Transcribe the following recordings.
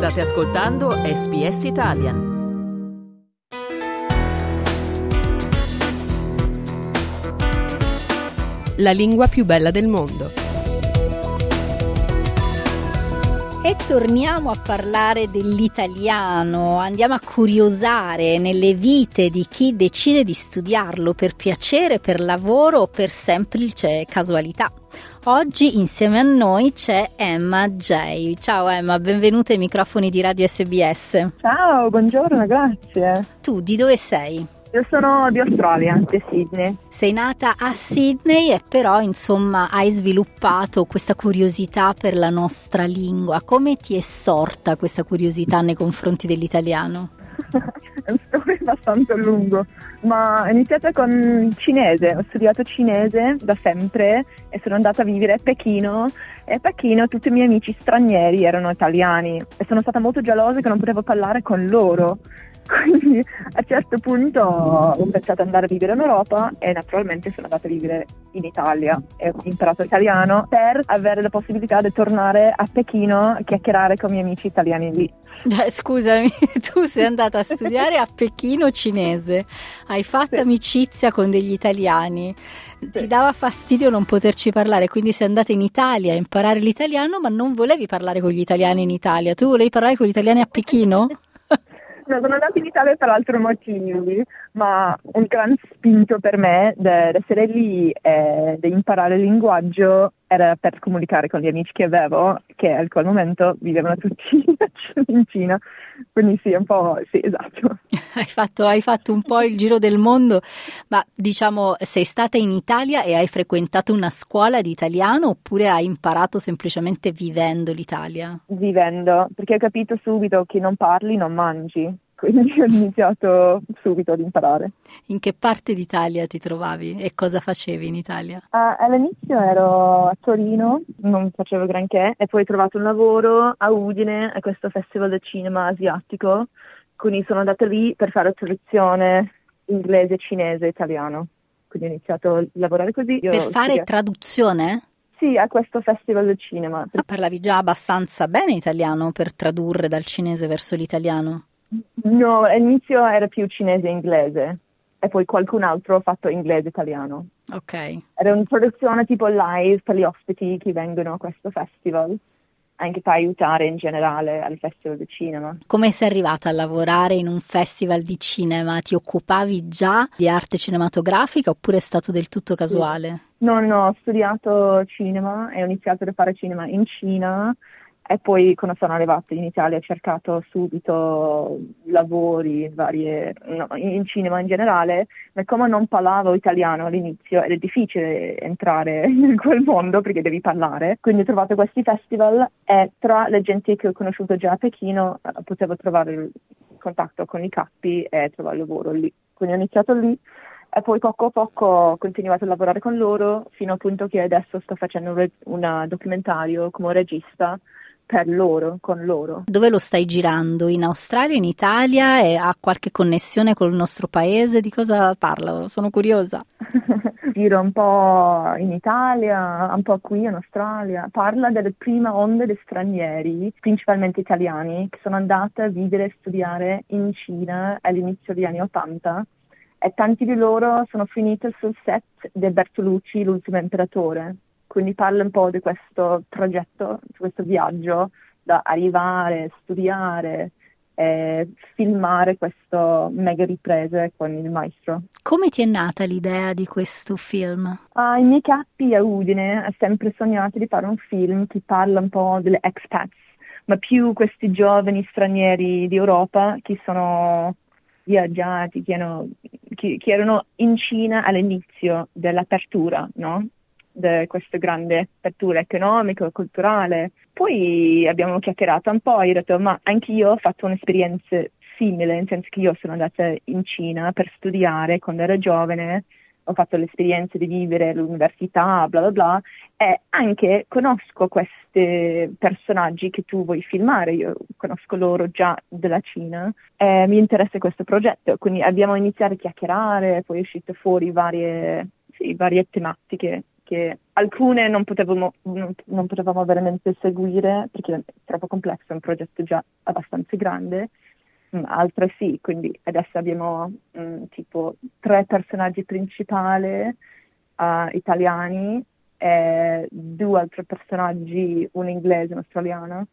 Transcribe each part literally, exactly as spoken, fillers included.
State ascoltando S B S Italian. La lingua più bella del mondo. E torniamo a parlare dell'italiano, andiamo a curiosare nelle vite di chi decide di studiarlo per piacere, per lavoro o per semplice casualità. Oggi insieme a noi c'è Emma J. Ciao Emma, benvenuta ai microfoni di Radio S B S. Ciao, buongiorno, grazie. Tu di dove sei? Io sono di Australia, di Sydney. Sei nata a Sydney e però insomma hai sviluppato questa curiosità per la nostra lingua. Come ti è sorta questa curiosità nei confronti dell'italiano? È una storia abbastanza lungo, ma è iniziata con cinese. Ho studiato cinese da sempre e sono andata a vivere a Pechino. E a Pechino tutti i miei amici stranieri erano italiani e sono stata molto gelosa che non potevo parlare con loro. Quindi a un certo punto ho pensato ad andare a vivere in Europa e naturalmente sono andata a vivere in Italia e ho imparato italiano per avere la possibilità di tornare a Pechino a chiacchierare con i miei amici italiani lì. Scusami, tu sei andata a studiare a Pechino cinese, hai fatto sì. amicizia con degli italiani, sì. Ti dava fastidio non poterci parlare, quindi sei andata in Italia a imparare l'italiano, ma non volevi parlare con gli italiani in Italia, tu volevi parlare con gli italiani a Pechino? No, sono andata in Italia per altri motivi, ma un gran spinto per me di essere lì e di imparare il linguaggio era per comunicare con gli amici che avevo, che al quel momento vivevano tutti in Cina. Quindi sì, un po', sì, esatto. Hai fatto, hai fatto un po' il giro del mondo, ma diciamo sei stata in Italia e hai frequentato una scuola di italiano oppure hai imparato semplicemente vivendo l'Italia? Vivendo, perché ho capito subito che non parli, non mangi. Quindi ho iniziato subito ad imparare. In che parte d'Italia ti trovavi e cosa facevi in Italia? Uh, all'inizio ero a Torino, non facevo granché, e poi ho trovato un lavoro a Udine, a questo festival del cinema asiatico, quindi sono andata lì per fare traduzione inglese, cinese, italiano. Quindi ho iniziato a lavorare così. Io per fare studiato... traduzione? Sì, a questo festival del cinema. Ah, parlavi già abbastanza bene italiano per tradurre dal cinese verso l'italiano? No, all'inizio era più cinese e inglese e poi qualcun altro ha fatto inglese e italiano. Ok. Era una produzione tipo live per gli ospiti che vengono a questo festival, anche per aiutare in generale al festival di cinema. Come sei arrivata a lavorare in un festival di cinema? Ti occupavi già di arte cinematografica oppure è stato del tutto casuale? Sì. No, no, ho studiato cinema e ho iniziato a fare cinema in Cina. E poi quando sono arrivata in Italia ho cercato subito lavori varie, no, in cinema in generale, ma come non parlavo italiano all'inizio era difficile entrare in quel mondo perché devi parlare, quindi ho trovato questi festival e tra le gente che ho conosciuto già a Pechino potevo trovare il contatto con i capi e trovare lavoro lì, quindi ho iniziato lì. E poi poco a poco ho continuato a lavorare con loro fino al punto che adesso sto facendo un, re- un documentario come regista per loro, con loro. Dove lo stai girando? In Australia, in Italia? E ha qualche connessione col nostro paese? Di cosa parla? Sono curiosa. Giro un po' in Italia, un po' qui in Australia. Parla delle prime onde di stranieri, principalmente italiani, che sono andate a vivere e studiare in Cina all'inizio degli anni Ottanta. E tanti di loro sono finiti sul set di Bertolucci, l'ultimo imperatore. Quindi parla un po' di questo progetto, di questo viaggio da arrivare, studiare e filmare questo mega riprese con il maestro. Come ti è nata l'idea di questo film? Uh, I miei capi a Udine hanno sempre sognato di fare un film che parla un po' delle expats, ma più questi giovani stranieri di Europa che sono viaggiati, che, hanno, che, che erano in Cina all'inizio dell'apertura, no? Di questa grande apertura economica, culturale. Poi abbiamo chiacchierato un po' e ho detto, ma anche io ho fatto un'esperienza simile, nel senso che io sono andata in Cina per studiare quando ero giovane, ho fatto l'esperienza di vivere all'università, bla bla bla, e anche conosco questi personaggi che tu vuoi filmare, io conosco loro già della Cina, e mi interessa questo progetto, quindi abbiamo iniziato a chiacchierare, poi è uscito fuori varie, sì, varie tematiche che alcune non potevamo, non, non potevamo veramente seguire perché è troppo complesso, è un progetto già abbastanza grande, altre sì, quindi adesso abbiamo mh, tipo tre personaggi principali uh, italiani e due altri personaggi, un inglese e un australiano,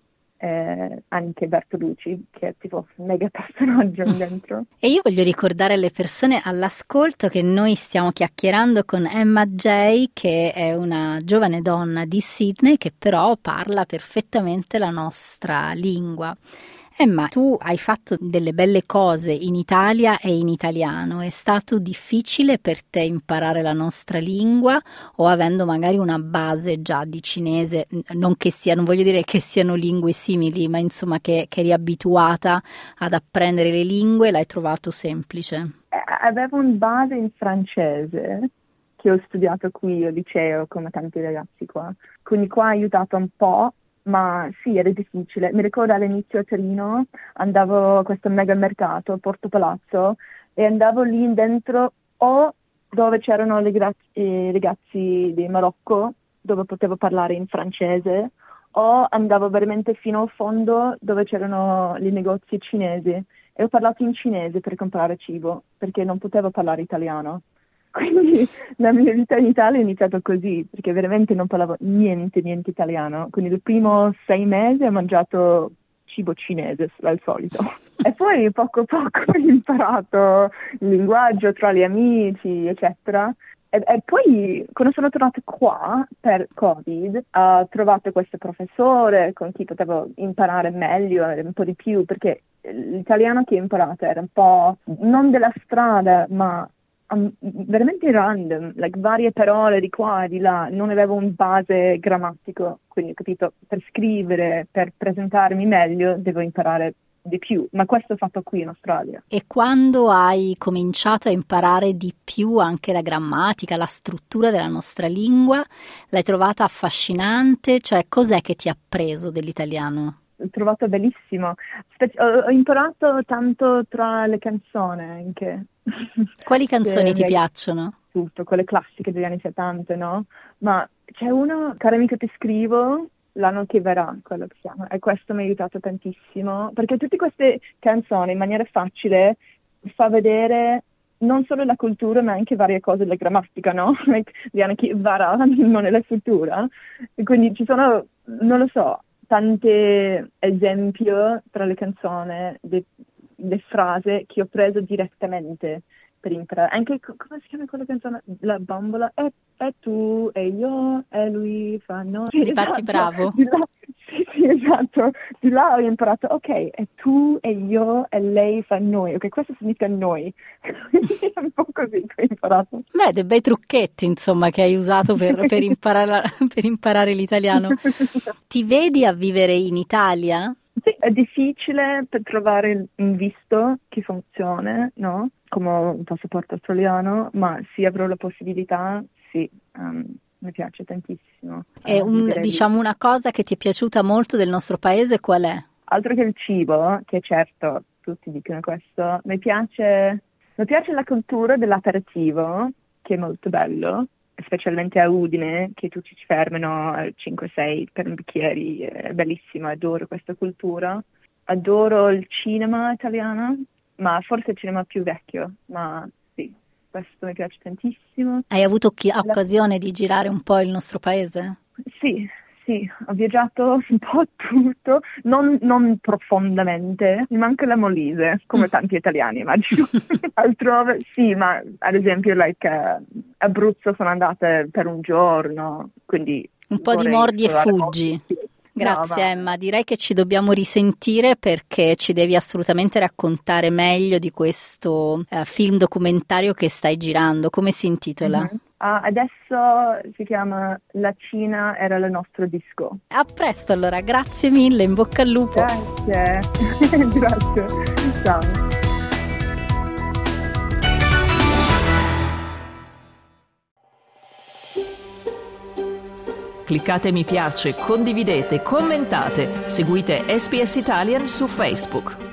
e anche Bertolucci che è tipo un mega personaggio dentro. E io voglio ricordare alle persone all'ascolto che noi stiamo chiacchierando con Emma Jay, che è una giovane donna di Sydney che però parla perfettamente la nostra lingua. Emma, tu hai fatto delle belle cose in Italia e in italiano. È stato difficile per te imparare la nostra lingua o avendo magari una base già di cinese, non che sia, non voglio dire che siano lingue simili, ma insomma che, che eri abituata ad apprendere le lingue, l'hai trovato semplice? Avevo una base in francese che ho studiato qui al liceo come tanti ragazzi qua, quindi qua ha aiutato un po'. Ma sì, era difficile. Mi ricordo all'inizio a Torino andavo a questo mega mercato, Porto Palazzo, e andavo lì dentro o dove c'erano i ragazzi, i ragazzi di Marocco, dove potevo parlare in francese, o andavo veramente fino al fondo dove c'erano i negozi cinesi. E ho parlato in cinese per comprare cibo, perché non potevo parlare italiano. Quindi la mia vita in Italia è iniziata così, perché veramente non parlavo niente, niente italiano. Quindi il primo sei mesi ho mangiato cibo cinese, al solito. E poi poco a poco ho imparato il linguaggio tra gli amici, eccetera. E, e poi, quando sono tornata qua per Covid, ho trovato questo professore con cui potevo imparare meglio, un po' di più, perché l'italiano che ho imparato era un po' non della strada, ma Um, veramente random, like varie parole di qua e di là, non avevo un base grammatico, quindi ho capito, per scrivere, per presentarmi meglio devo imparare di più, ma questo ho fatto qui in Australia. E quando hai cominciato a imparare di più anche la grammatica, la struttura della nostra lingua, l'hai trovata affascinante? Cioè, cos'è che ti ha preso dell'italiano? L'ho trovato bellissimo, Spe- ho, ho imparato tanto tra le canzoni anche. Quali canzoni ti piacciono? Tutto, quelle classiche degli anni settanta, no? Ma c'è uno, Caro amico ti scrivo, L'anno che verrà, quello che si chiama, e questo mi ha aiutato tantissimo, perché tutte queste canzoni in maniera facile fa vedere non solo la cultura ma anche varie cose della grammatica, no? L'anno che verrà non è la futura, e quindi ci sono, non lo so, tanti esempi tra le canzoni, le, le frasi che ho preso direttamente per imparare. Anche, come si chiama quella canzone? La bambola, e, e tu, e io, e lui fa noi. Di Patti Bravo. Di là, sì, sì, esatto. Di là ho imparato, ok, e tu, e io, e lei fa noi. Ok, questo significa noi. È un po' così che ho imparato. Beh, dei bei trucchetti, insomma, che hai usato per, per, imparare, per imparare l'italiano. Ti vedi a vivere in Italia? Sì, è difficile per trovare un visto che funzioni, no? Come un passaporto australiano, ma sì, avrò la possibilità, sì, um, mi piace tantissimo. E un, diciamo una cosa che ti è piaciuta molto del nostro paese, qual è? Altro che il cibo, che certo, tutti dicono questo, mi piace, mi piace la cultura dell'aperitivo, che è molto bello, specialmente a Udine, che tutti ci fermano al cinque sei per un bicchiere, è bellissimo, adoro questa cultura. Adoro il cinema italiano, ma forse il cinema più vecchio, ma sì, questo mi piace tantissimo. Hai avuto chi- occasione di girare un po' il nostro paese? Sì, sì, ho viaggiato un po' tutto, non, non profondamente, mi manca la Molise, come tanti italiani immagino. Altrove sì, ma ad esempio like, uh, Abruzzo sono andata per un giorno, quindi un po' di mordi e fuggi. Grazie no, Emma, direi che ci dobbiamo risentire perché ci devi assolutamente raccontare meglio di questo uh, film documentario che stai girando. Come si intitola? Mm-hmm. Uh, adesso si chiama La Cina era il nostro disco. A presto allora, grazie mille, in bocca al lupo. Grazie, grazie, ciao. Cliccate mi piace, condividete, commentate, seguite S B S Italian su Facebook.